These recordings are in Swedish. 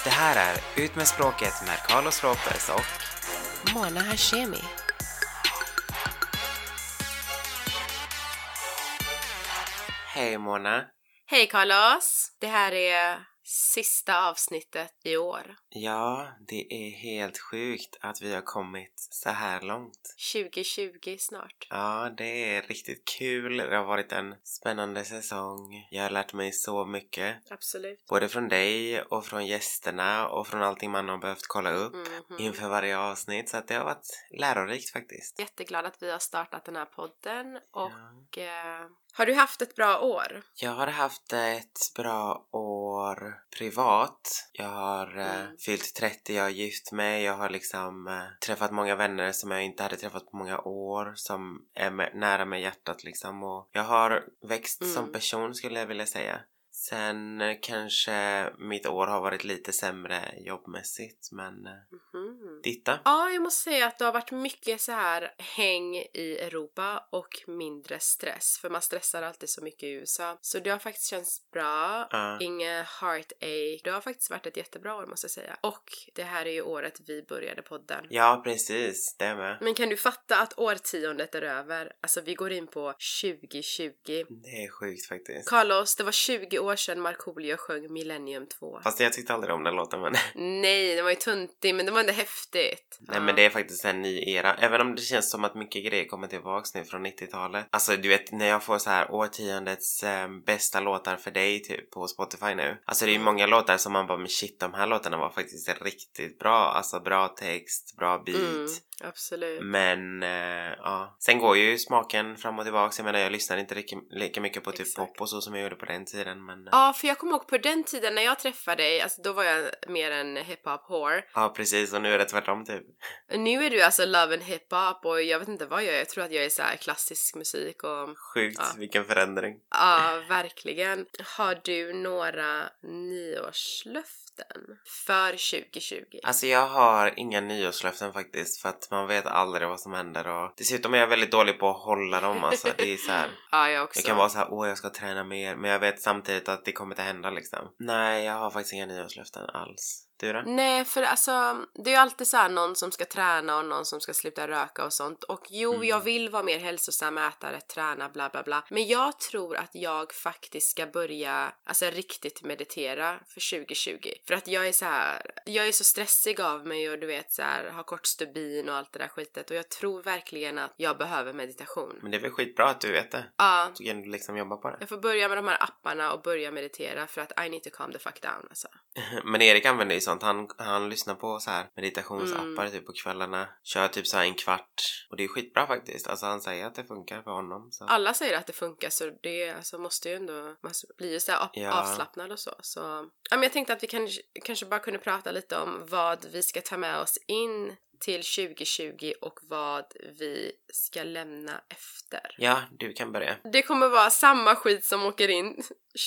Det här är Ut med språket med Carlos Lopez och Mona Hashemi. Hej Mona. Hej Carlos! Det här är sista avsnittet i år. Ja, det är helt sjukt att vi har kommit så här långt. 2020 snart. Ja, det är riktigt kul. Det har varit en spännande säsong. Jag har lärt mig så mycket. Absolut. Både från dig och från gästerna och från allting man har behövt kolla upp inför varje avsnitt. Så att det har varit lärorikt faktiskt. Jätteglad att vi har startat den här podden. Och har du haft ett bra år? Jag har haft ett bra år privat. Jag har fyllt 30, jag har gift mig. Jag har liksom träffat många vänner som jag inte hade träffat på många år. Som är nära med hjärtat liksom. Och jag har växt som person skulle jag vilja säga. Sen kanske mitt år har varit lite sämre jobbmässigt, men titta. Ja, jag måste säga att det har varit mycket så här häng i Europa och mindre stress. För man stressar alltid så mycket i USA. Så det har faktiskt känts bra. Inga heartache. Det har faktiskt varit ett jättebra år måste jag säga. Och det här är ju året vi började podden. Ja, precis. Det med. Men kan du fatta att årtiondet är över? Alltså vi går in på 2020. Det är sjukt faktiskt. Carlos, det var 20 år sedan Markoolio sjöng Millennium 2. Fast jag tyckte aldrig om den låten, men... Nej, den var ju tuntig, men det var ändå häftigt. Nej, men det är faktiskt en ny era. Även om det känns som att mycket grejer kommer tillbaks nu från 90-talet. Alltså, du vet, när jag får så här årtiondets bästa låtar för dig typ på Spotify nu. Alltså, det är ju många låtar som man bara, men shit, de här låtarna var faktiskt riktigt bra. Alltså, bra text, bra beat. Absolut. Men, ja. Sen går ju smaken fram och tillbaka. Jag menar, jag lyssnar inte lika mycket på typ pop och så som jag gjorde på den tiden, men... Ja, för jag kommer ihåg på den tiden när jag träffade dig, alltså då var jag mer en hip-hop whore. Ja, precis. Och nu är det tvärtom typ. Nu är du alltså love and hip-hop och jag vet inte vad jag är. Jag tror att jag är så här klassisk musik och... Sjukt, vilken förändring. Ja, verkligen. Har du några nyårslöften för 2020? Alltså jag har inga nyårslöften faktiskt, för att man vet aldrig vad som händer och dessutom är jag väldigt dålig på att hålla dem, alltså det är så här. Ja, jag också. Jag kan vara så här, jag ska träna mer, men jag vet samtidigt att det kommer inte hända liksom. Nej, jag har faktiskt inga nyårslöften alls. Du då? Nej, för alltså det är ju alltid så här någon som ska träna och någon som ska sluta röka och sånt. Och jo, jag vill vara mer hälsosam, äta rätt, träna, bla bla bla. Men jag tror att jag faktiskt ska börja alltså riktigt meditera för 2020. För att jag är så här, jag är så stressig av mig och du vet så här, har kort stubin och allt det där skitet. Och jag tror verkligen att jag behöver meditation. Men det är väl skitbra att du vet det. Ja. Så kan du liksom jobba på det. Jag får börja med de här apparna och börja meditera för att I need to calm the fuck down alltså. Men Erik använder ju sånt. Han lyssnar på så här meditationsappar typ på kvällarna. Kör typ så här en kvart. Och det är skitbra faktiskt. Alltså han säger att det funkar för honom. Så. Alla säger att det funkar så det alltså, måste ju ändå man blir ju så här avslappnad och så. Så ja, men jag tänkte att vi kanske bara kunde prata lite om vad vi ska ta med oss in till 2020 och vad vi ska lämna efter. Ja, du kan börja. Det kommer vara samma skit som åker in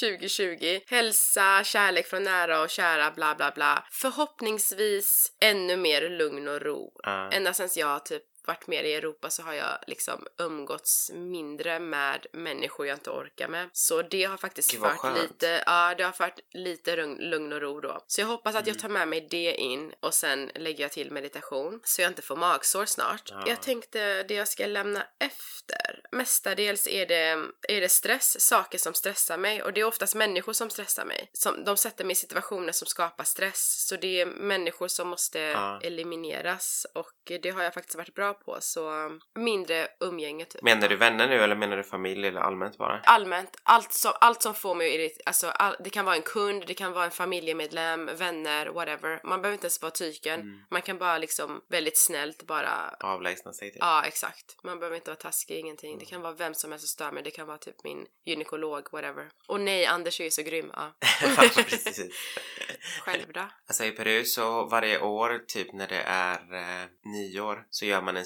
2020. Hälsa, kärlek från nära och kära, bla bla bla. Förhoppningsvis ännu mer lugn och ro. Ända sen jag typ varit mer i Europa så har jag liksom umgåtts mindre med människor jag inte orkar med. Så det har faktiskt varit lite, det har varit lite lugn och ro då. Så jag hoppas att jag tar med mig det in och sen lägger jag till meditation så jag inte får magsår snart. Jag tänkte det jag ska lämna efter. Mestadels är det stress, saker som stressar mig och det är oftast människor som stressar mig. De sätter mig i situationer som skapar stress så det är människor som måste elimineras och det har jag faktiskt varit bra på, så mindre umgänge typ. Menar du vänner nu eller menar du familj eller allmänt bara? Allmänt, allt som får mig alltså det kan vara en kund, det kan vara en familjemedlem, vänner, whatever. Man behöver inte ens vara tyken. Man kan bara liksom väldigt snällt bara avlägsna sig typ. Ja, exakt. Man behöver inte vara taskig, ingenting. Det kan vara vem som helst som stör mig. Det kan vara typ min gynekolog, whatever. Och nej, Anders är ju så grym. Ja, precis. Själv då? Alltså i Peru så varje år typ när det är nyår så gör man en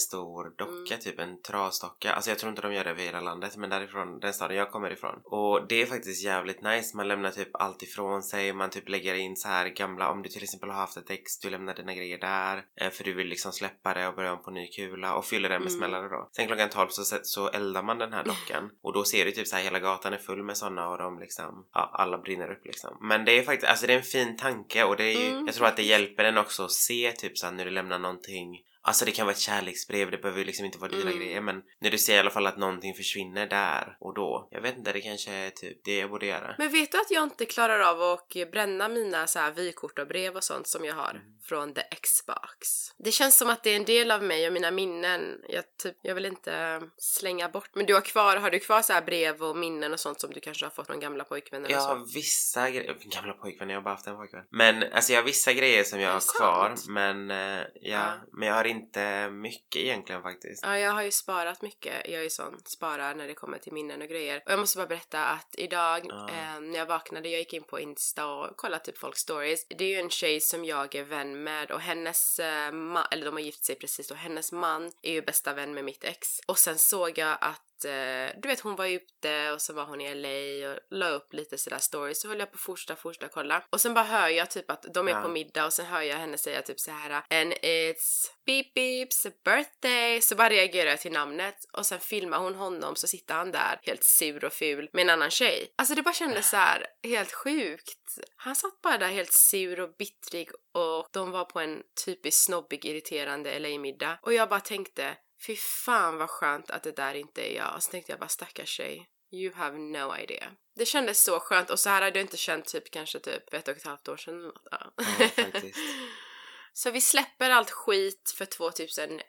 stor docka, typ en trasdocka. Alltså jag tror inte de gör det över hela landet, men därifrån, den staden jag kommer ifrån. Och det är faktiskt jävligt nice. Man lämnar typ allt ifrån sig. Man typ lägger in så här gamla, om du till exempel har haft ett ex, du lämnar dina grejer där. För du vill liksom släppa det och börja om på ny kula och fyller den med smällare då. Sen klockan 12 så eldar man den här dockan. Och då ser du typ så här hela gatan är full med sådana och de liksom, ja, alla brinner upp liksom. Men det är faktiskt, alltså det är en fin tanke och det är ju, jag tror att det hjälper den också att se typ så här, när du lämnar någonting. Alltså det kan vara ett kärleksbrev, det behöver ju liksom inte vara dyra grejer, men när du ser i alla fall att någonting försvinner där och då, jag vet inte, det kanske är typ det jag borde göra. Men vet du att jag inte klarar av att bränna mina så här vykort och brev och sånt som jag har från the Xbox? Det känns som att det är en del av mig och mina minnen. Jag vill inte slänga bort. Men har du kvar så här brev och minnen och sånt som du kanske har fått från gamla pojkvänner och så? Jag har vissa grejer, gamla pojkvänner, jag har bara haft en pojkvän. Men alltså jag har vissa grejer som jag har kvar, men men jag har inte mycket egentligen faktiskt. Ja, jag har ju sparat mycket. Jag är ju sån sparar när det kommer till minnen och grejer. Och jag måste bara berätta att idag när jag vaknade, jag gick in på Insta och kollade typ folks stories. Det är ju en tjej som jag är vän med och hennes eller de har gift sig precis och hennes man är ju bästa vän med mitt ex. Och sen såg jag att du vet, hon var ute och så var hon i LA och la upp lite sådär stories, så höll jag på fortsätta kolla och sen bara hör jag typ att de är på middag och sen hör jag henne säga typ så här: and it's beep beeps birthday, så bara reagerar jag till namnet och sen filmar hon honom, så sitter han där helt sur och ful med en annan tjej. Alltså det bara kändes så här helt sjukt. Han satt bara där helt sur och bittrig och de var på en typiskt snobbig, irriterande LA-middag och jag bara tänkte, fy fan vad skönt att det där inte är jag. Och så tänkte jag bara, stackars tjej. You have no idea. Det kändes så skönt. Och så här hade jag inte känt kanske 1,5 år sedan. Ja, faktiskt. Så vi släpper allt skit för 2019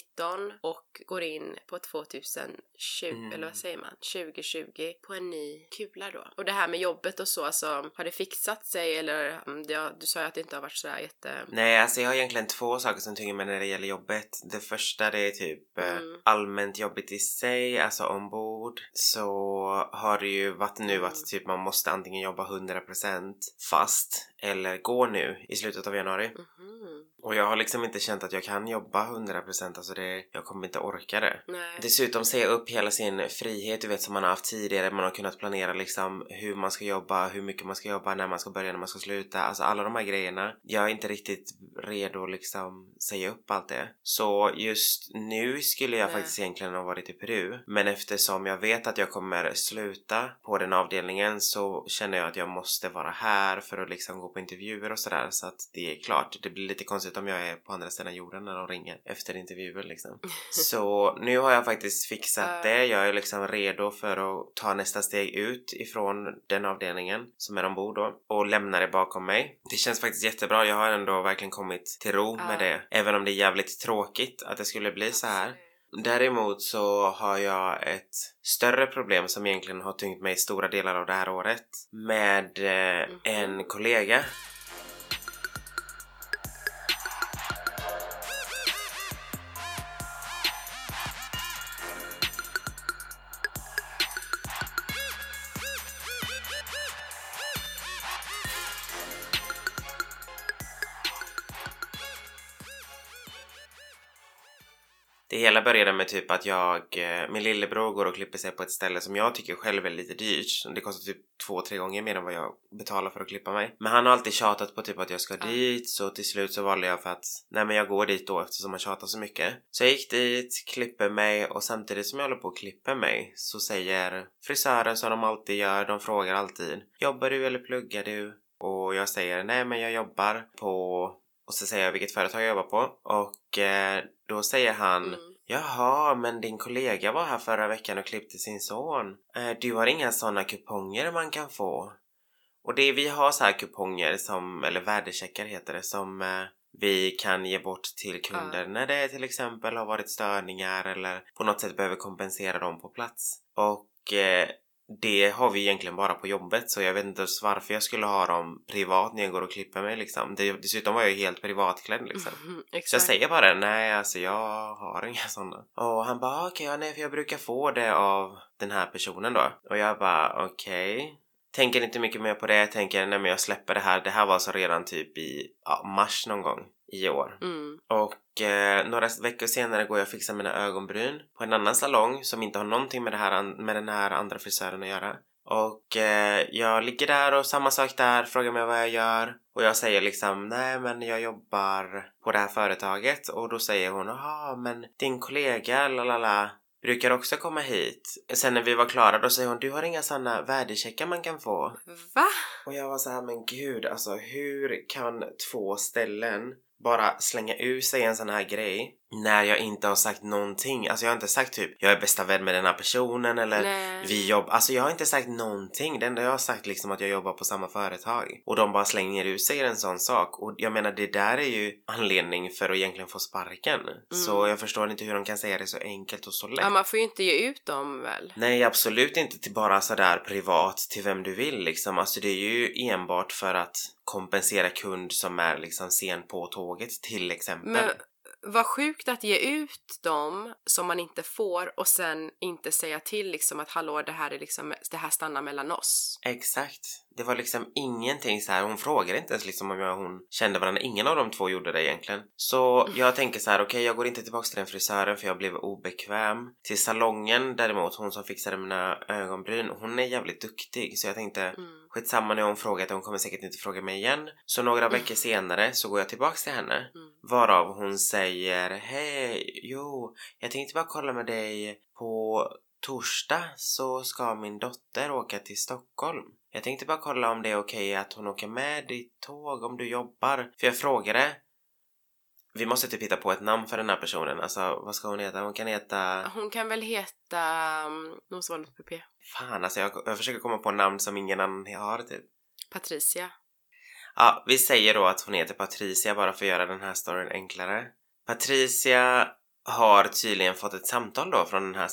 och går in på 2020, eller vad säger man? 2020 på en ny kula då. Och det här med jobbet och så, alltså, har det fixat sig eller du sa ju att det inte har varit så här Nej, alltså jag har egentligen 2 saker som tynger mig när det gäller jobbet. Det första, det är typ allmänt jobbigt i sig, alltså ombord. Så har det ju varit nu att typ man måste antingen jobba 100% fast eller gå nu i slutet av januari. Och jag har liksom inte känt att jag kan jobba 100%, alltså jag kommer inte orka det. Nej. Dessutom säga upp hela sin frihet, du vet, som man har haft tidigare. Man har kunnat planera liksom hur man ska jobba, hur mycket man ska jobba, när man ska börja, när man ska sluta. Alltså alla de här grejerna. Jag är inte riktigt redo att liksom säga upp allt det. Så just nu skulle jag faktiskt egentligen ha varit i Peru. Men eftersom jag vet att jag kommer sluta på den avdelningen så känner jag att jag måste vara här för att liksom gå på intervjuer och sådär. Så att det är klart, det blir lite konstigt om jag är på andra sidan jorden när de ringer efter intervjuer liksom. Så nu har jag faktiskt fixat det. Jag är liksom redo för att ta nästa steg ut ifrån den avdelningen som är ombord då och lämna det bakom mig. Det känns faktiskt jättebra. Jag har ändå verkligen kommit till ro med det. Även om det är jävligt tråkigt att det skulle bli så här. Däremot så har jag ett större problem som egentligen har tyngt mig i stora delar av det här året med en kollega. Det hela började med typ att min lillebror går och klipper sig på ett ställe som jag tycker själv är lite dyrt. Det kostar typ 2-3 gånger mer än vad jag betalar för att klippa mig. Men han har alltid tjatat på typ att jag ska dit, så till slut så valde jag för att nej, men jag går dit då eftersom han tjatar så mycket. Så jag gick dit, klipper mig och samtidigt som jag håller på att klippa mig så säger frisören som de alltid gör, de frågar alltid: jobbar du eller pluggar du? Och jag säger nej, men jag jobbar på... Och så säger jag vilket företag jag jobbar på. Och då säger han: jaha, men din kollega var här förra veckan och klippte sin son. Du har inga sådana kuponger man kan få. Och vi har så här kuponger eller värdecheckar heter det, som vi kan ge bort till kunder när det till exempel har varit störningar eller på något sätt behöver kompensera dem på plats. Och det har vi egentligen bara på jobbet, så jag vet inte varför jag skulle ha dem privat när jag går och klipper mig liksom. Dessutom var jag helt privatklädd liksom. Så jag säger bara, nej alltså jag har inga sådana. Och han bara, okej, nej, för jag brukar få det av den här personen då. Och jag bara, okej. Tänker inte mycket mer på det. Jag tänker, nej men jag släpper det här. Det här var så redan typ i mars någon gång. i år. Och några veckor senare går jag och fixar mina ögonbryn på en annan salong som inte har någonting med den här andra frisören att göra. Och jag ligger där och samma sak där, frågar mig vad jag gör. Och jag säger liksom, nej men jag jobbar på det här företaget. Och då säger hon, jaha men din kollega lalala brukar också komma hit. Sen när vi var klara då säger hon, du har inga sådana värdecheckar man kan få. Va? Och jag var så här, men gud alltså hur kan 2 ställen bara slänga ur sig en sån här grej när jag inte har sagt någonting. Alltså jag har inte sagt typ jag är bästa vän med den här personen eller vi jobbar. Alltså jag har inte sagt någonting. Det enda jag har sagt liksom att jag jobbar på samma företag. Och de bara slänger ur sig en sån sak. Och jag menar det där är ju anledning för att egentligen få sparken. Så jag förstår inte hur de kan säga det så enkelt och så lätt. Ja, man får ju inte ge ut dem väl? Nej, absolut inte till bara sådär privat till vem du vill liksom. Alltså det är ju enbart för att kompensera kund som är liksom sen på tåget till exempel. Men vad sjukt att ge ut dem som man inte får och sen inte säga till liksom att hallå det här är liksom, det här stannar mellan oss. Exakt. Det var liksom ingenting så här. Hon frågade inte ens liksom om hon kände varandra. Ingen av de 2 gjorde det egentligen. Så jag tänker så här, okej, jag går inte tillbaka till den frisören för jag blev obekväm. Till salongen däremot, hon som fixade mina ögonbryn, hon är jävligt duktig. Så jag tänkte, skitsamma när hon frågat, hon kommer säkert inte fråga mig igen. Så några veckor senare så går jag tillbaka till henne. Varav hon säger, hej, jo, jag tänkte bara kolla med dig på torsdag så ska min dotter åka till Stockholm. Jag tänkte bara kolla om det är okej att hon åker med ditt tåg om du jobbar. För jag frågade, vi måste typ hitta på ett namn för den här personen. Alltså, vad ska hon heta? Hon kan väl heta... måste vara något PP. Fan, alltså jag försöker komma på namn som ingen annan har typ. Patricia. Ja, vi säger då att hon heter Patricia bara för att göra den här storyn enklare. Patricia har tydligen fått ett samtal då från den här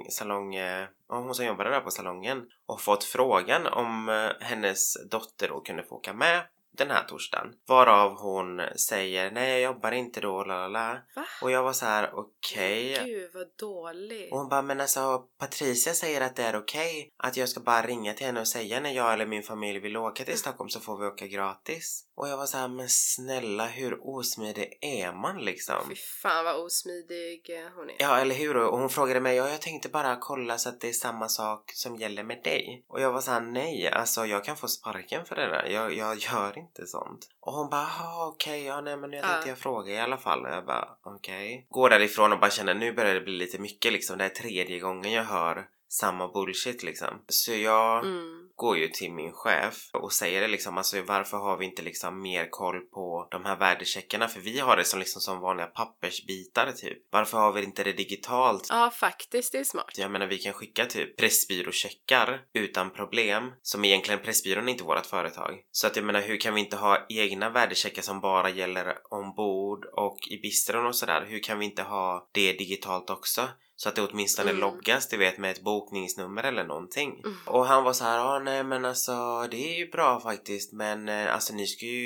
hon som jobbade där på salongen och fått frågan om hennes dotter då kunde få åka med den här torsdagen. Varav hon säger, nej jag jobbar inte då, lalala. Va? Och jag var så här, okej. Gud vad dåligt. Och hon bara, men alltså Patricia säger att det är okej. Att jag ska bara ringa till henne och säga när jag eller min familj vill åka till Stockholm så får vi åka gratis. Och jag var så här, men snälla hur osmidig är man liksom? Fy fan vad osmidig hon är. Ja, eller hur? Och hon frågade mig, jag tänkte bara kolla så att det är samma sak som gäller med dig. Och jag var så här, nej, alltså jag kan få sparken för det där. Jag gör inte sånt. Och hon bara, okej, ja nej men jag tänkte jag fråga i alla fall. Och jag bara, okej. Går därifrån och bara känner, nu börjar det bli lite mycket liksom. Det är 3:e gången jag hör samma bullshit liksom. Så jag går ju till min chef och säger det liksom, alltså varför har vi inte liksom mer koll på de här värdecheckarna? För vi har det som vanliga pappersbitar typ. Varför har vi inte det digitalt? Ja, faktiskt, det är smart. Jag menar, vi kan skicka typ Pressbyråcheckar utan problem, som egentligen Pressbyrån är inte vårt företag. Så att jag menar, hur kan vi inte ha egna värdecheckar som bara gäller ombord och i bistron och sådär? Hur kan vi inte ha det digitalt också? Så att det åtminstone loggas, du vet, med ett bokningsnummer eller någonting. Och han var så här, nej men alltså det är ju bra faktiskt, men alltså ni ska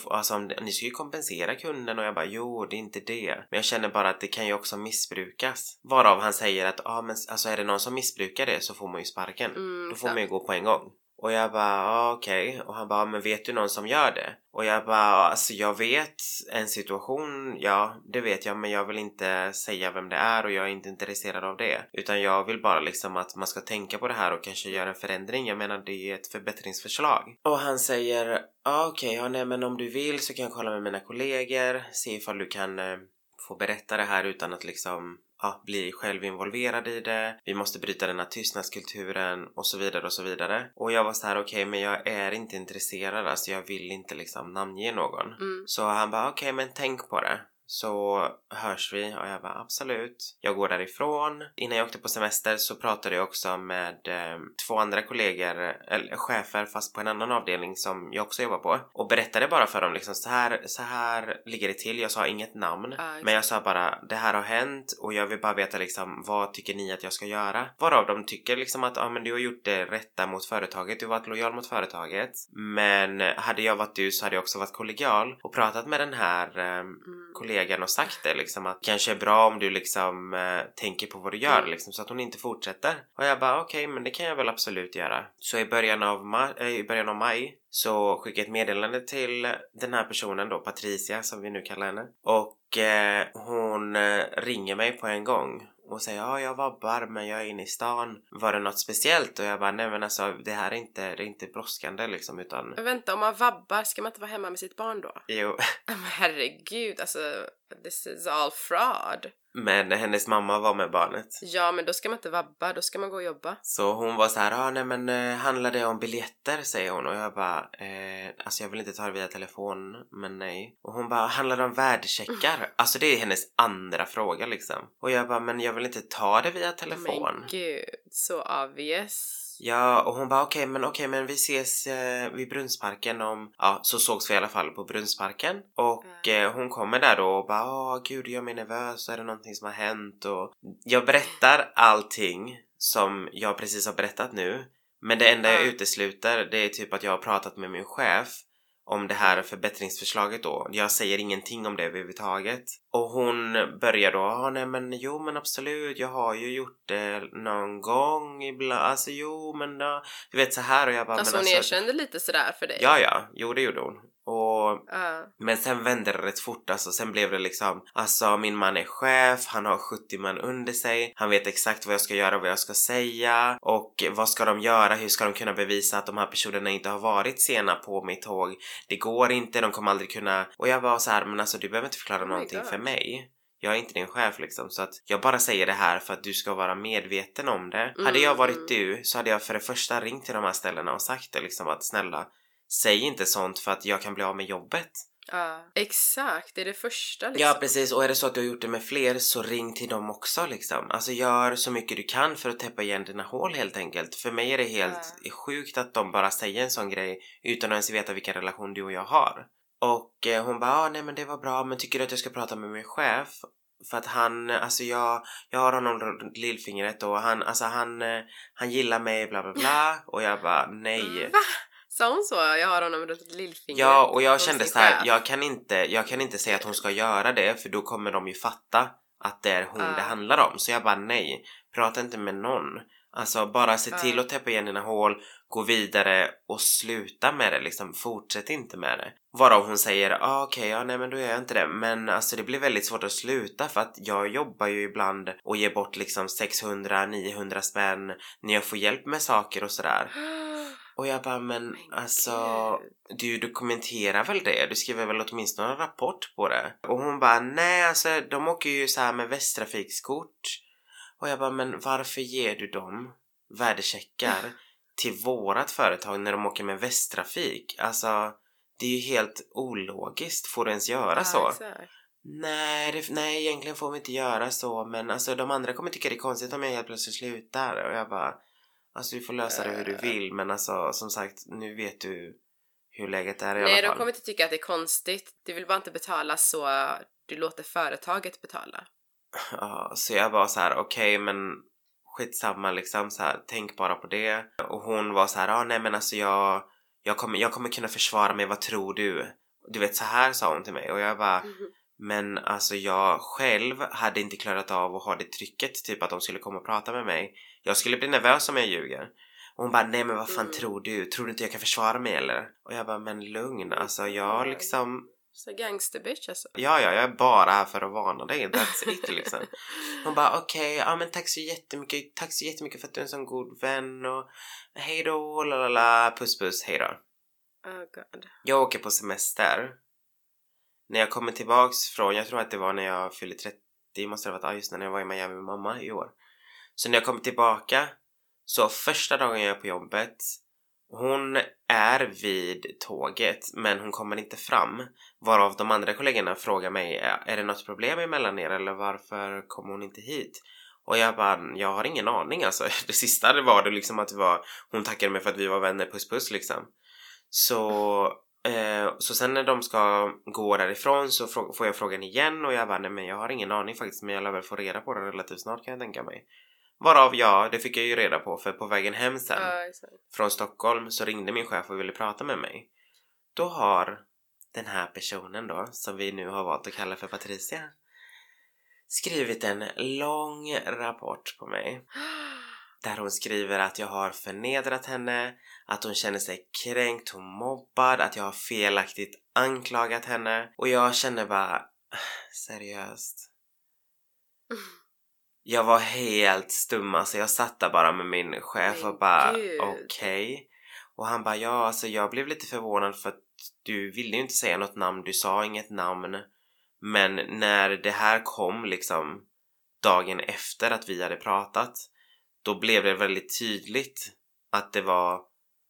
ju kompensera kunden. Och jag bara, jo det är inte det. Men jag känner bara att det kan ju också missbrukas. Varav han säger att, men alltså är det någon som missbrukar det så får man ju sparken. Då får man ju gå på en gång. Och jag bara, okej. Och han bara, men vet du någon som gör det? Och jag bara, alltså jag vet en situation, ja det vet jag, men jag vill inte säga vem det är och jag är inte intresserad av det. Utan jag vill bara liksom att man ska tänka på det här och kanske göra en förändring. Jag menar, det är ett förbättringsförslag. Och han säger, okej, nej men om du vill så kan jag kolla med mina kollegor, se ifall du kan få berätta det här utan att liksom bli själv involverad i det. Vi måste bryta den här tystnadskulturen och så vidare och så vidare. Och jag var så här, okej, men jag är inte intresserad. Alltså jag vill inte liksom namnge någon. Så han bara, okej, men tänk på det. Så hörs vi och jag bara absolut. Jag går därifrån. Innan jag åkte på semester så pratade jag också med 2 andra kollegor eller chefer fast på en annan avdelning som jag också jobbar på. Och berättade bara för dem liksom så här ligger det till. Jag sa inget namn. Men jag sa bara det här har hänt och jag vill bara veta liksom vad tycker ni att jag ska göra? Varav de tycker liksom att men du har gjort det rätta mot företaget. Du har varit lojal mot företaget. Men hade jag varit du så hade jag också varit kollegial och pratat med den här kollegan kollegan och sagt det liksom, att kanske är bra om du liksom tänker på vad du gör liksom, så att hon inte fortsätter. Och jag bara okej, men det kan jag väl absolut göra. Så i början av maj så skickade jag ett meddelande till den här personen då, Patricia som vi nu kallar henne. Och hon ringer mig på en gång och säger ja, jag vabbar men jag är inne i stan. Var det något speciellt? Och jag bara nej men alltså det här är inte brådskande liksom, utan... Vänta, om man vabbar ska man inte vara hemma med sitt barn då? Jo. Men herregud, alltså this is all fraud. Men hennes mamma var med barnet. Ja, men då ska man inte vabba, då ska man gå och jobba. Så hon var så här, nej men handlar det om biljetter, säger hon. Och jag bara, alltså jag vill inte ta det via telefon, men nej. Och hon bara, handlar det om värdecheckar? Alltså det är hennes andra fråga liksom. Och jag bara, men jag vill inte ta det via telefon. Men gud, så obvious. Ja, och hon bara okej, men vi ses vid Brunnsparken om... Ja, så sågs vi i alla fall på Brunnsparken. Och hon kommer där då och bara gud, jag är nervös, är det någonting som har hänt? Och jag berättar allting som jag precis har berättat nu. Men det enda jag utesluter, det är typ att jag har pratat med min chef om det här förbättringsförslaget då. Jag säger ingenting om det överhuvudtaget. Och hon börjar då, nej men jo men absolut, jag har ju gjort det någon gång ibland, alltså jo men då, du vet så här. Och jag bara, alltså men hon alltså, erkände lite sådär för dig? Ja, jo det gjorde hon. Och, men sen vände det rätt fort, alltså sen blev det liksom, alltså min man är chef, han har 70 man under sig, han vet exakt vad jag ska göra och vad jag ska säga, och vad ska de göra, hur ska de kunna bevisa att de här personerna inte har varit sena på mitt tåg, det går inte, de kommer aldrig kunna. Och jag var så här, men alltså du behöver inte förklara någonting för mig. Jag är inte din chef liksom, så att jag bara säger det här för att du ska vara medveten om det. Hade jag varit du så hade jag för det första ringt till de här ställena och sagt det liksom, att snälla, säg inte sånt för att jag kan bli av med jobbet. Ja, exakt, det är det första liksom. Ja, precis, och är det så att du har gjort det med fler så ring till dem också liksom. Alltså gör så mycket du kan för att täppa igen dina hål helt enkelt. För mig är det helt sjukt att de bara säger en sån grej utan att ens veta vilken relation du och jag har. Och hon bara, nej men det var bra, men tycker du att jag ska prata med min chef? För att han, alltså jag har honom runt lillfingret och han gillar mig bla bla bla. Och jag bara, nej. Va? Sa hon så? Jag har honom runt lillfingret. Ja, och jag kände så här, jag kan inte säga att hon ska göra det, för då kommer de ju fatta att det är hon det handlar om. Så jag bara, nej, prata inte med någon. Alltså bara se till att täppa igen dina hål, gå vidare och sluta med det liksom, fortsätt inte med det. Varav hon säger, okej, nej men då gör jag inte det. Men alltså det blir väldigt svårt att sluta, för att jag jobbar ju ibland och ger bort liksom 600-900 spänn när jag får hjälp med saker och sådär. Och jag bara, men alltså, du dokumenterar väl det? Du skriver väl åtminstone en rapport på det? Och hon bara, nej alltså de åker ju så här med Västtrafikskort. Och jag bara, men varför ger du dem värdecheckar till vårat företag när de åker med Västtrafik? Alltså, det är ju helt ologiskt. Får du ens göra så? Exakt. Nej, egentligen får vi inte göra så. Men alltså, de andra kommer tycka det är konstigt om jag helt plötsligt slutar. Och jag bara, alltså du får lösa det hur du vill. Men alltså, som sagt, nu vet du hur läget är i alla fall. Nej, de kommer inte tycka att det är konstigt. Du vill bara inte betala, så du låter företaget betala. Ja, så jag var så här, okej, men skitsamma liksom, så här, tänk bara på det. Och hon var så här, nej men alltså jag kommer kunna försvara mig, vad tror du? Du vet, så här sa hon till mig. Och jag bara, men alltså jag själv hade inte klarat av att ha det trycket, typ att de skulle komma och prata med mig. Jag skulle bli nervös om jag ljuger. Och hon bara, nej men vad fan tror du? Tror du inte jag kan försvara mig eller? Och jag bara, men lugn, alltså jag liksom... Så gangsterbitch alltså. Ja, jag är bara här för att varna dig. That's it liksom. Hon bara, okej, ja men tack så jättemycket. Tack så jättemycket för att du är en sån god vän. Och hej då, lalala, puss puss, hej då. Oh god. Jag åker på semester. När jag kommer tillbaks från, jag tror att det var när jag fyllde 30, måste det ha varit just när jag var i Miami med mamma i år. Så när jag kommer tillbaka, så första dagen jag är på jobbet, hon är vid tåget men hon kommer inte fram. Varav de andra kollegorna frågar mig, är det något problem emellan er eller varför kommer hon inte hit? Och jag bara, jag har ingen aning alltså. Det sista det var det liksom att hon tackade mig för att vi var vänner, puss puss liksom. Så sen när de ska gå därifrån så får jag frågan igen och jag bara, nej men jag har ingen aning faktiskt, men jag lär väl få reda på det relativt snart kan jag tänka mig. Varav det fick jag ju reda på, för på vägen hem sen från Stockholm så ringde min chef och ville prata med mig. Då har den här personen då, som vi nu har valt att kalla för Patricia, skrivit en lång rapport på mig. Där hon skriver att jag har förnedrat henne, att hon känner sig kränkt, hon mobbad, att jag har felaktigt anklagat henne. Och jag känner bara, seriöst. Jag var helt stum, alltså jag satt där bara med min chef och bara okej. Och han bara, ja alltså jag blev lite förvånad för att du ville ju inte säga något namn, du sa inget namn. Men när det här kom liksom dagen efter att vi hade pratat, då blev det väldigt tydligt att det var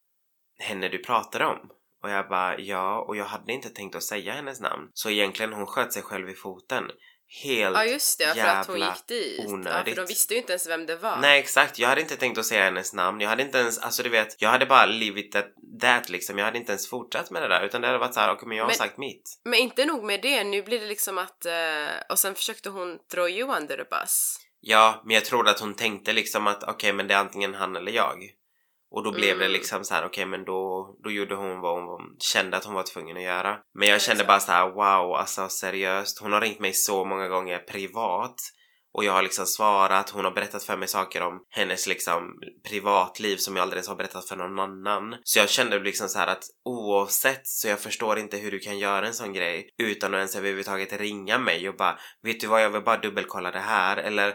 henne du pratade om. Och jag bara, ja, och jag hade inte tänkt att säga hennes namn. Så egentligen hon sköt sig själv i foten. Helt just det, för att hon gick dit. onödigt. Ja, för de visste ju inte ens vem det var. Nej, exakt. Jag hade inte tänkt att säga hennes namn. Jag hade inte ens, alltså du vet, jag hade bara leave it at that liksom. Jag hade inte ens fortsatt med det där. Utan det hade varit så här, okej, men jag har sagt mitt. Men inte nog med det. Nu blir det liksom att, och sen försökte hon throw you under the bus. Ja, men jag trodde att hon tänkte liksom att okej, men det är antingen han eller jag. Och då blev det liksom så här, okej, men då gjorde hon vad hon kände att hon var tvungen att göra. Men jag kände bara så här, wow, alltså seriöst. Hon har ringt mig så många gånger privat. Och jag har liksom svarat, hon har berättat för mig saker om hennes liksom privatliv som jag aldrig ens har berättat för någon annan. Så jag kände liksom så här att oavsett, så jag förstår inte hur du kan göra en sån grej utan att ens överhuvudtaget ringa mig och bara, vet du vad, jag vill bara dubbelkolla det här. Eller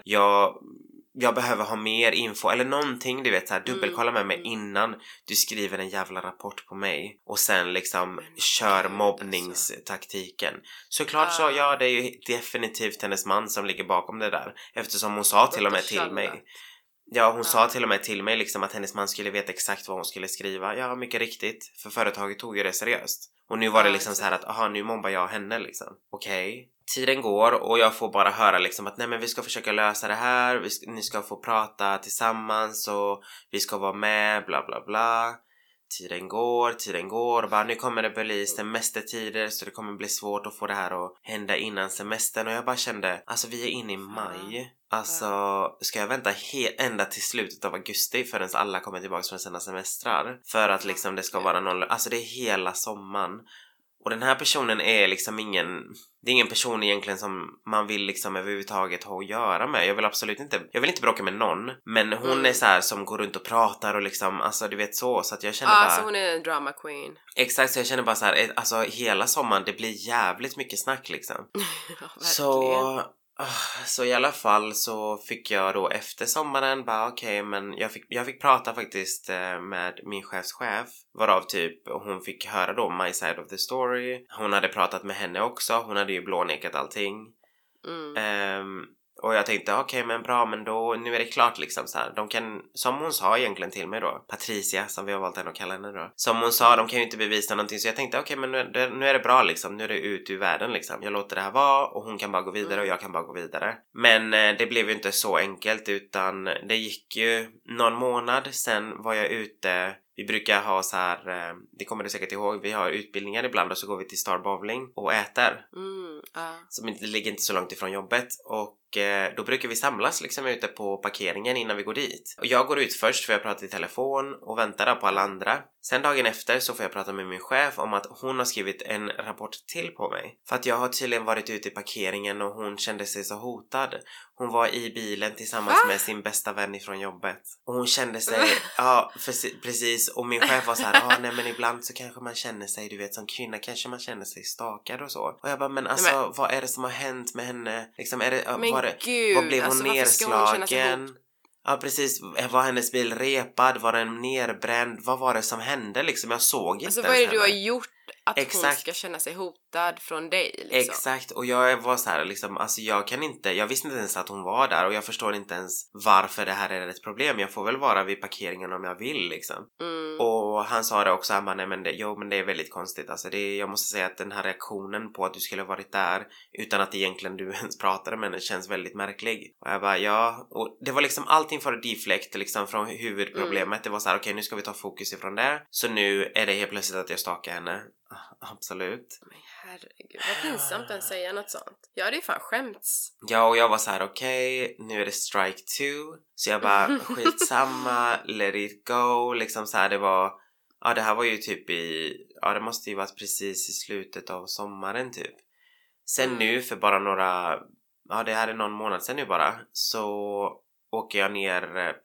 jag behöver ha mer info eller någonting, du vet så här, dubbelkolla med mig innan du skriver en jävla rapport på mig och sen liksom kör mobbningstaktiken. Såklart så, ja, det är ju definitivt hennes man som ligger bakom det där, eftersom hon sa till och med till mig. Ja, hon sa till och med till mig liksom att hennes man skulle veta exakt vad hon skulle skriva. Ja, mycket riktigt, för företaget tog ju det seriöst. Och nu var det liksom så här att, aha, nu mobbar jag henne liksom. Okej. Tiden går och jag får bara höra liksom att nej, men vi ska försöka lösa det här, ni ska få prata tillsammans och vi ska vara med, bla bla bla. Tiden går, bara nu kommer det bli semestertider så det kommer bli svårt att få det här att hända innan semestern. Och jag bara kände, alltså vi är inne i maj. Alltså, ska jag vänta ända till slutet av augusti förrän alla kommer tillbaka från sina semestrar? För att liksom det ska vara någon, alltså det är hela sommaren. Och den här personen är liksom det är ingen person egentligen som man vill liksom överhuvudtaget ha att göra med. Jag vill inte bråka med någon. Men hon är så här som går runt och pratar och liksom, alltså du vet så att jag känner bara... alltså hon är en drama queen. Exakt, så jag känner bara så här, alltså hela sommaren, det blir jävligt mycket snack liksom. Ja, verkligen. Så i alla fall så fick jag då efter sommaren bara okej, men jag fick prata faktiskt med min chefschef, varav typ hon fick höra då my side of the story. Hon hade pratat med henne också, hon hade ju blånekat allting. Och jag tänkte okej, men bra, men då nu är det klart liksom så här. De kan, som hon sa egentligen till mig då, Patricia som vi har valt att kalla henne då, som hon sa, de kan ju inte bevisa någonting. Så jag tänkte okej, men nu är det bra liksom, nu är det ut ur världen liksom. Jag låter det här vara och hon kan bara gå vidare och jag kan bara gå vidare. Men det blev ju inte så enkelt, utan det gick ju någon månad, sen var jag ute. Vi brukar ha så här, det kommer du säkert ihåg, vi har utbildningar ibland och så går vi till Star Bowling och äter. Som inte ligger inte så långt ifrån jobbet. Och då brukar vi samlas liksom ute på parkeringen innan vi går dit. Och jag går ut först för jag pratar i telefon och väntar där på alla andra. Sen dagen efter så får jag prata med min chef om att hon har skrivit en rapport till på mig. För att jag har tydligen varit ute i parkeringen och hon kände sig så hotad. Hon var i bilen tillsammans med sin bästa vän ifrån jobbet. Och hon kände sig, precis. Och min chef var så här, nej men ibland så kanske man känner sig, du vet som kvinna kanske man känner sig stakad och så. Och jag bara, men alltså vad är det som har hänt med henne? Liksom, vad blev hon nedslagen? Ja, precis. Var hennes bil repad? Var den nerbränd? Vad var det som hände liksom? Jag såg inte. Alltså vad är det du har gjort att hon ska känna sig hotad från dig liksom? Exakt, och jag var så här liksom, alltså jag visste inte ens att hon var där och jag förstår inte ens varför det här är ett problem. Jag får väl vara vid parkeringen om jag vill liksom. Och han sa det också, han bara, nej men det är väldigt konstigt alltså, jag måste säga att den här reaktionen på att du skulle varit där utan att egentligen du ens pratade med henne känns väldigt märklig. Och jag bara, ja, och det var liksom allting för att deflect liksom från huvudproblemet. Det var så här, okej, nu ska vi ta fokus ifrån det. Så nu är det helt plötsligt att jag stakar henne. Absolut. Men herregud, vad pinsamt att säga något sånt. Ja, det är fan skämts. Ja, och jag var så här, okej, nu är det strike 2. Så jag bara, skitsamma, let it go. Liksom så här, det var, Ja, det här var ju typ det måste ju varit precis i slutet av sommaren typ. Sen nu för bara det här är någon månad sen nu bara, så åker jag ner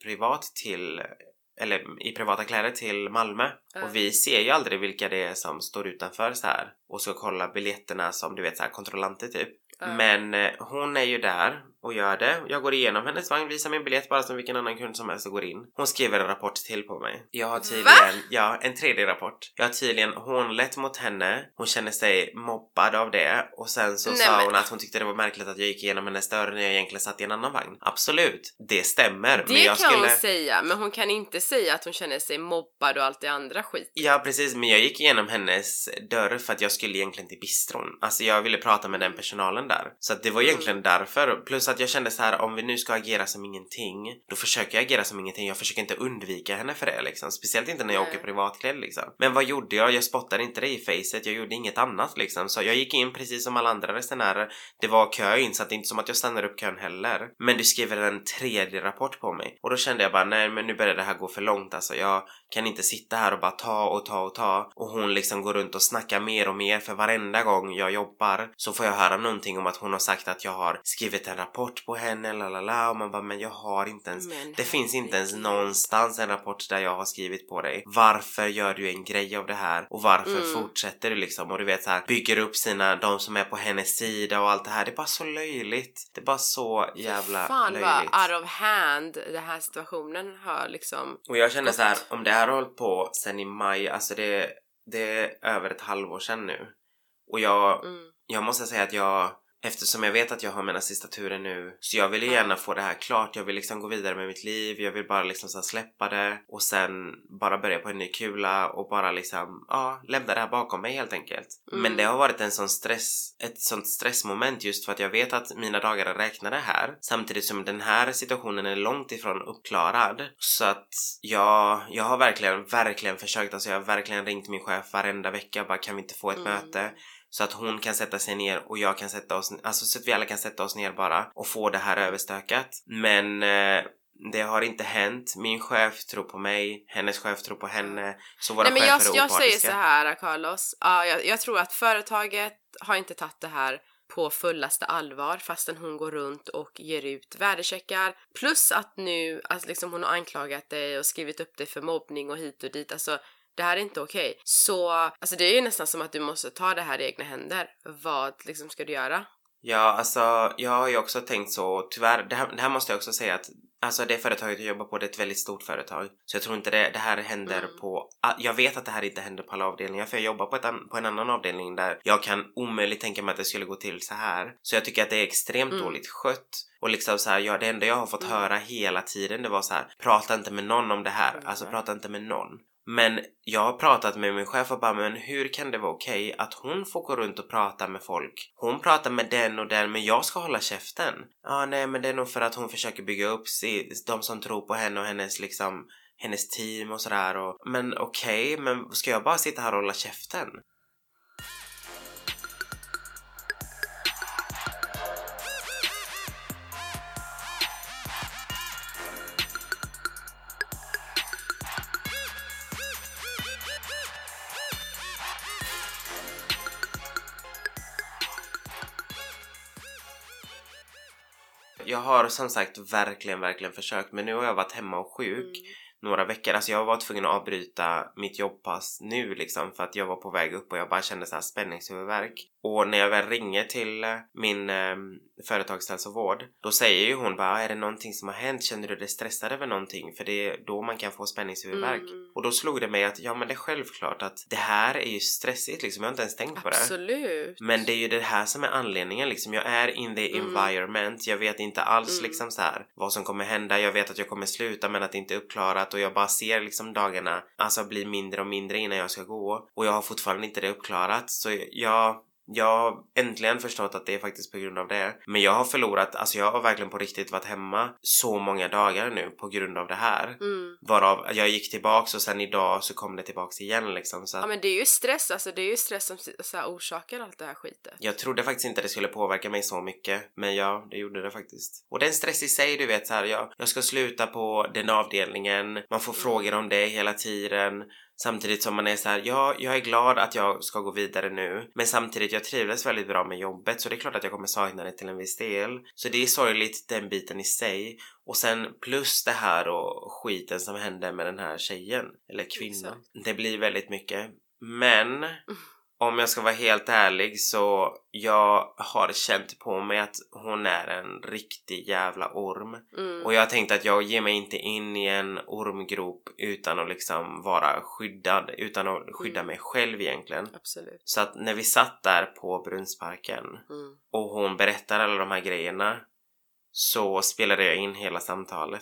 i privata kläder till Malmö. Och vi ser ju aldrig vilka det är som står utanför så här och ska kolla biljetterna som du vet så här kontrollanter typ. Men hon är ju där och gör det. Jag går igenom hennes vagn, visar min biljett bara som vilken annan kund som helst och går in. Hon skriver en rapport till på mig. Jag har tydligen, en tredje rapport. Jag har tydligen hånlett mot henne. Hon känner sig mobbad av det. Och sen så sa hon att hon tyckte det var märkligt att jag gick igenom hennes dörr när jag egentligen satt i en annan vagn. Absolut, det stämmer. Det men kan hon säga, men hon kan inte säga att hon känner sig mobbad och allt det andra skit. Ja, precis, men jag gick igenom hennes dörr för att jag skulle egentligen till bistron. Alltså jag ville prata med den personalen där. Så att det var egentligen därför. Plus att jag kände så här, om vi nu ska agera som ingenting, då försöker jag agera som ingenting. Jag försöker inte undvika henne för det liksom. Speciellt inte när jag åker privatklädd liksom. Men vad gjorde jag? Jag spottade inte det i facet. Jag gjorde inget annat liksom. Så jag gick in precis som alla andra resenärer. Det var kö in, så att det är inte som att jag stannar upp kön heller. Men du skriver en tredje rapport på mig. Och då kände jag bara, nej men nu börjar det här gå för långt. Alltså jag kan inte sitta här och bara ta. Och hon liksom går runt och snackar mer och mer. För varenda gång jag jobbar så får jag höra någonting om att hon har sagt att jag har skrivit en rapport på henne, lalala, och man bara, men jag har inte ens, det finns inte ens någonstans en rapport där jag har skrivit på dig. Varför gör du en grej av det här? Och varför fortsätter du liksom? Och du vet så här, bygger upp de som är på hennes sida och allt det här. Det är bara så löjligt. Det är bara så jävla löjligt. Fan vad out of hand den här situationen har liksom. Och jag känner så här, om det här har hållit på sen i maj, alltså det är över ett halvår sedan nu. Och jag måste säga att eftersom jag vet att jag har mina sista turer nu, så jag vill gärna få det här klart. Jag vill liksom gå vidare med mitt liv. Jag vill bara liksom så släppa det och sen bara börja på en ny kula och bara liksom lämna det här bakom mig helt enkelt. Men det har varit ett sånt stressmoment just för att jag vet att mina dagar är räknade här, samtidigt som den här situationen är långt ifrån uppklarad. Så att jag har verkligen försökt, alltså jag har verkligen ringt min chef varenda vecka, bara kan vi inte få ett möte? Så att hon kan sätta sig ner och jag kan sätta oss, alltså så att vi alla kan sätta oss ner bara och få det här överstökat. Men det har inte hänt. Min chef tror på mig, hennes chef tror på henne. Så våra chefer är opartiska. Jag säger så här, Carlos. Jag tror att företaget har inte tagit det här på fullaste allvar fastän hon går runt och ger ut värdecheckar. Plus att nu, alltså liksom hon har anklagat dig och skrivit upp dig för mobbning och hit och dit. Alltså det här är inte okej. Så alltså det är ju nästan som att du måste ta det här i egna händer. Vad liksom ska du göra? Ja, alltså jag har ju också tänkt så, tyvärr, det här måste jag också säga att alltså det företaget jag jobbar på, det är ett väldigt stort företag. Så jag tror inte det här händer på, jag vet att det här inte händer på alla avdelningar, för jag jobbar på en annan avdelning där jag kan omöjligt tänka mig att det skulle gå till så här. Så jag tycker att det är extremt dåligt skött. Och liksom så här, det enda jag har fått höra hela tiden, det var så här, prata inte med någon om det här. Alltså prata inte med någon. Men jag har pratat med min chef och bara, men hur kan det vara okej att hon får gå runt och prata med folk? Hon pratar med den och den, men jag ska hålla käften. Nej, men det är nog för att hon försöker bygga upp de som tror på henne och hennes team och sådär. Men okej, men ska jag bara sitta här och hålla käften? Jag har som sagt verkligen försökt, men nu har jag varit hemma och sjuk några veckor. Alltså jag var tvungen att avbryta mitt jobbpass nu liksom, för att jag var på väg upp och jag bara kände så här spänningshuvudvärk. Och när jag väl ringer till min företagshälsovård, då säger ju hon bara, är det någonting som har hänt? Känner du dig stressad över någonting? För det är då man kan få spänningshuvudvärk. Och då slog det mig att ja, men det är självklart att det här är ju stressigt liksom. Jag har inte ens tänkt på det. Absolut. Men det är ju det här som är anledningen liksom. Jag är in the environment. Jag vet inte alls liksom så här vad som kommer hända. Jag vet att jag kommer sluta, men att det inte är uppklarat. Och jag bara ser liksom dagarna alltså bli mindre och mindre innan jag ska gå. Och jag har fortfarande inte det uppklarat. Så jag har äntligen förstått att det är faktiskt på grund av det. Men jag har förlorat, alltså jag har verkligen på riktigt varit hemma så många dagar nu på grund av det här. Varav jag gick tillbaks och sen idag så kom det tillbaks igen liksom. Så att, ja, men det är ju stress, alltså det är ju stress som så här orsakar allt det här skitet. Jag trodde faktiskt inte det skulle påverka mig så mycket. Men ja, det gjorde det faktiskt. Och den stress i sig, du vet så här, jag ska sluta på den avdelningen. Man får frågor om det hela tiden. Samtidigt som man är så här, ja, jag är glad att jag ska gå vidare nu. Men samtidigt, jag trivdes väldigt bra med jobbet. Så det är klart att jag kommer sakna det till en viss del. Så det är sorgligt, den biten i sig. Och sen plus det här och skiten som hände med den här tjejen. Eller kvinnan. Exakt. Det blir väldigt mycket. Men om jag ska vara helt ärlig så jag har känt på mig att hon är en riktig jävla orm. Och jag har tänkt att jag ger mig inte in i en ormgrop utan att liksom vara skyddad. Utan att skydda mig själv egentligen. Absolut. Så att när vi satt där på Brunnsparken och hon berättar alla de här grejerna så spelade jag in hela samtalet.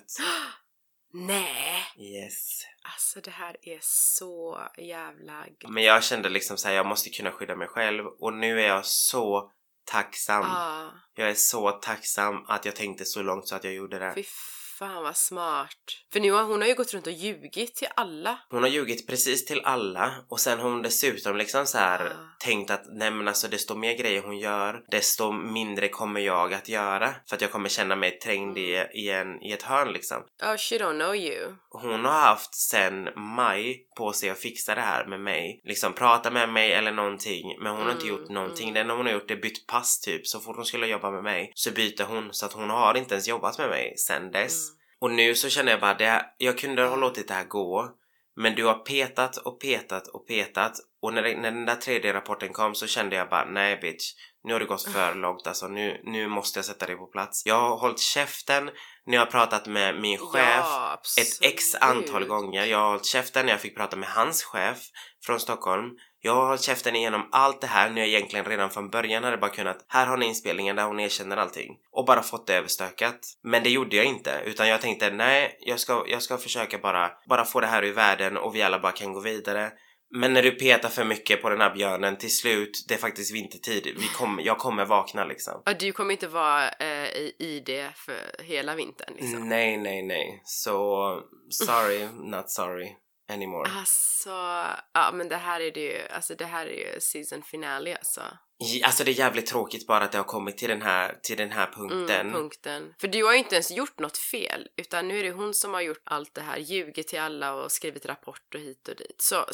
Nej! Yes. Alltså det här är så jävla... Men jag kände liksom såhär, jag måste kunna skydda mig själv. Och nu är jag så tacksam. Jag är så tacksam att jag tänkte så långt så att jag gjorde det. Fy fan vad smart. För nu hon har ju gått runt och ljugit till alla. Hon har ljugit precis till alla. Och sen har hon dessutom liksom så här tänkt att nej men alltså desto mer grejer hon gör, desto mindre kommer jag att göra. För att jag kommer känna mig trängd i ett hörn liksom. Oh, she don't know you. Hon har haft sen maj på sig att fixa det här med mig. Liksom prata med mig eller någonting. Men hon har inte gjort någonting. Det enda hon har gjort är bytt pass typ. Så fort hon skulle jobba med mig så byter hon. Så att hon har inte ens jobbat med mig sen dess. Och nu så känner jag bara jag kunde ha låtit det här gå. Men du har petat och petat och petat. Och när den där 3D-rapporten kom så kände jag bara nej bitch. Nu har det gått för långt alltså. Nu måste jag sätta dig på plats. Jag har hållit käften när jag har pratat med min chef ett x antal gånger. Jag har hållit käften när jag fick prata med hans chef från Stockholm. Jag har hållit käften igenom allt det här när jag egentligen redan från början hade bara kunnat. Här har ni inspelningen där hon erkänner allting. Och bara fått det överstökat. Men det gjorde jag inte. Utan jag tänkte nej, jag ska försöka bara få det här ur världen och vi alla bara kan gå vidare. Men när du petar för mycket på den här björnen till slut, det är faktiskt vintertid. Jag kommer vakna liksom. Och du kommer inte vara i det för hela vintern liksom. Nej. Så sorry, not sorry anymore. Alltså, ja men det här är ju season finale alltså. Alltså det är jävligt tråkigt bara att det har kommit till den här punkten. För du har ju inte ens gjort något fel, utan nu är det hon som har gjort allt det här, ljugit till alla och skrivit rapporter hit och dit. Så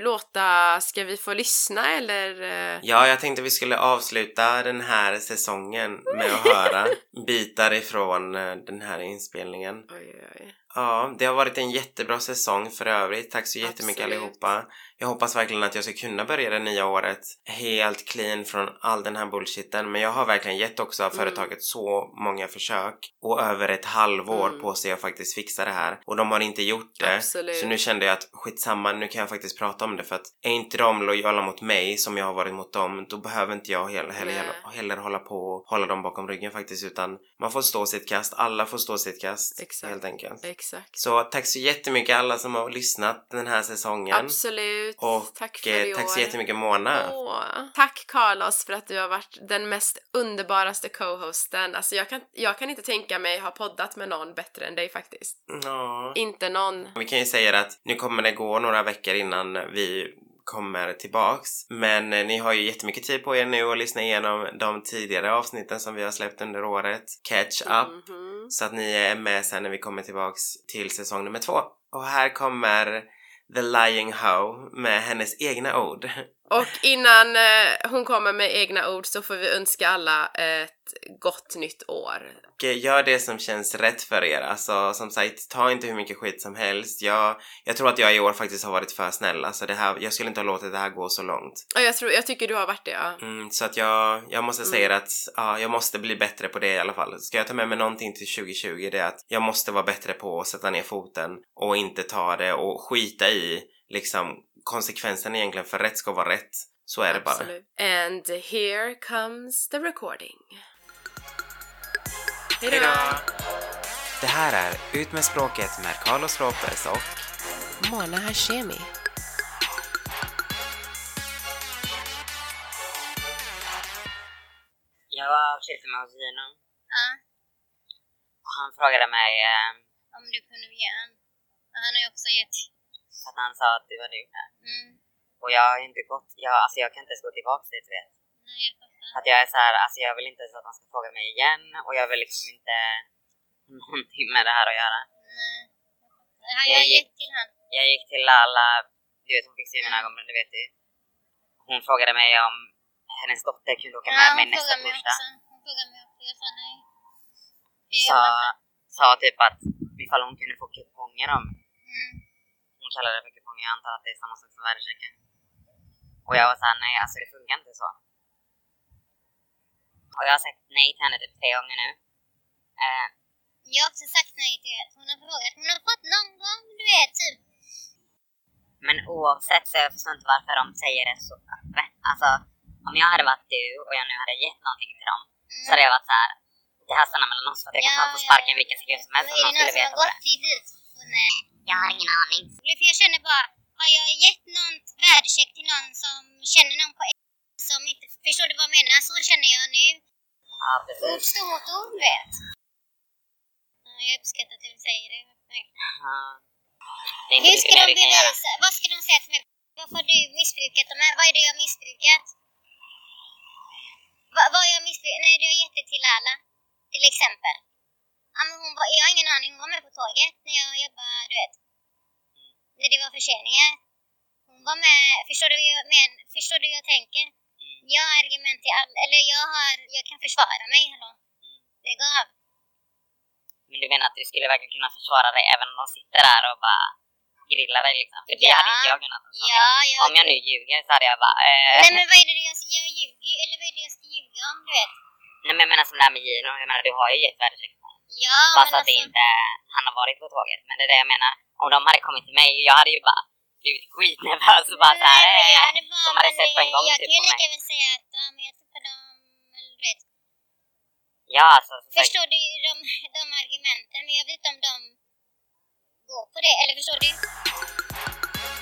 ska vi få lyssna eller? Ja, jag tänkte vi skulle avsluta den här säsongen med att höra bitar ifrån den här inspelningen. Oj. Ja, det har varit en jättebra säsong för övrigt. Tack så jättemycket allihopa. Jag hoppas verkligen att jag ska kunna börja det nya året helt clean från all den här bullshiten. Men jag har verkligen gett också företaget så många försök och över ett halvår på sig att faktiskt fixa det här. Och de har inte gjort det. Absolut. Så nu kände jag att skitsamma, nu kan jag faktiskt prata om det. För att är inte de lojala mot mig som jag har varit mot dem, då behöver inte jag heller hålla på och hålla dem bakom ryggen faktiskt. Utan man får stå sitt kast, alla får stå sitt kast. Exakt. Helt enkelt. Exakt. Så tack så jättemycket alla som har lyssnat den här säsongen. Absolut. Och tack för i tack år. Så jättemycket Mona. Tack Carlos för att du har varit den mest underbaraste co-hosten. Alltså jag kan inte tänka mig ha poddat med någon bättre än dig faktiskt. Inte någon. Vi kan ju säga att nu kommer det gå några veckor innan vi kommer tillbaks. Men ni har ju jättemycket tid på er nu att lyssna igenom de tidigare avsnitten som vi har släppt under året. Catch up. Så att ni är med sen när vi kommer tillbaks till säsong nummer 2. Och här kommer The Lying Hoe med hennes egna ord. Och innan hon kommer med egna ord så får vi önska alla ett gott nytt år. Och gör det som känns rätt för er. Alltså som sagt, ta inte hur mycket skit som helst. Jag tror att jag i år faktiskt har varit för snäll. Alltså jag skulle inte ha låtit det här gå så långt. Ja, jag tycker du har varit det, ja. Så att jag måste säga att jag måste bli bättre på det i alla fall. Ska jag ta med mig någonting till 2020, det är att jag måste vara bättre på att sätta ner foten och inte ta det och skita i liksom konsekvensen egentligen, för rätt ska vara rätt. Så är det bara. And here comes the recording. Hejdå! Det här är Ut med språket med Carlos Lopez och Mona Hashemi. Jag var skilt med hos Gino. Och han frågade mig om du kunde ge han. Han har ju också gett. Att han sa att du hade gjort det. Och jag har inte gått, jag kan inte ens gå tillbaka dit, vet. Nej, jag fattar. Att jag är så här, alltså jag vill inte så att han ska fråga mig igen. Och jag vill liksom inte någonting med det här att göra. Nej, jag gick till han. Jag gick till alla Du vet, hon fick se mina ögonbryn, det vet du. Hon frågade mig om hennes dotter kunde åka med mig nästa torsdag. Hon frågade mig också, jag sa nej. Sa typ att ifall hon kunde få kuponger om. Hon kallade det för kuponger, jag antar att det är samma sak som värdechecken. Och jag var såhär, nej alltså det funkar inte så. Och jag har sagt nej till henne typ 3 gånger nu. Jag har också sagt nej till det. Hon har frågat, hon har fått någon gång, du vet typ. Men oavsett så jag förstår inte varför de säger det så öppet. Alltså, om jag hade varit du och jag nu hade gett någonting till dem så hade jag varit så här: det här stannar mellan oss för att jag kan ta på sparken vilken sekund som helst om någon skulle veta vad det är. Nej, jag har ingen aning. För jag känner bara, har jag gett någon värdecheck till någon som känner någon på som inte förstår du vad jag menar, så känner jag nu. Ja, precis. Ord står mot ord, vet. Jag uppskattar att du säger det. Hur ska de bevisa? Vad ska de säga till mig? Varför har du missbrukat dem här? Vad är det jag har missbrukat? Vad har jag missbrukat? Nej, du har gett det till Lala. Till exempel. Ja, men jag har ingen aning. Hon var med på tåget när jag jobbade, du vet. När det var förseningar. Hon var med. Förstår du hur jag tänker? Jag har argument till alla. Eller jag kan försvara mig. Hallå. Det gav. Men du menar att du skulle verkligen kunna försvara dig även om de sitter där och bara grillar dig liksom? För det hade inte jag kunnat. Om jag nu ljuger så hade jag bara... Nej men vad är det jag ljuger? Eller vad är det jag ska ljuga om, du vet? Nej men jag menar som det här med Gino. Jag menar du har ju gett värdecheck. Ja bara så att det inte han har varit på tåget. Men det är det jag menar. Om de hade kommit till mig, jag hade ju bara blivit skitnervös och bara såhär... De hade sett på en gång jag typ kan ju på mig. lika väl säga att men jag tycker de... Eller vet. Ja alltså... Förstår du de argumenten? Men jag vet inte om de går på det. Eller förstår du?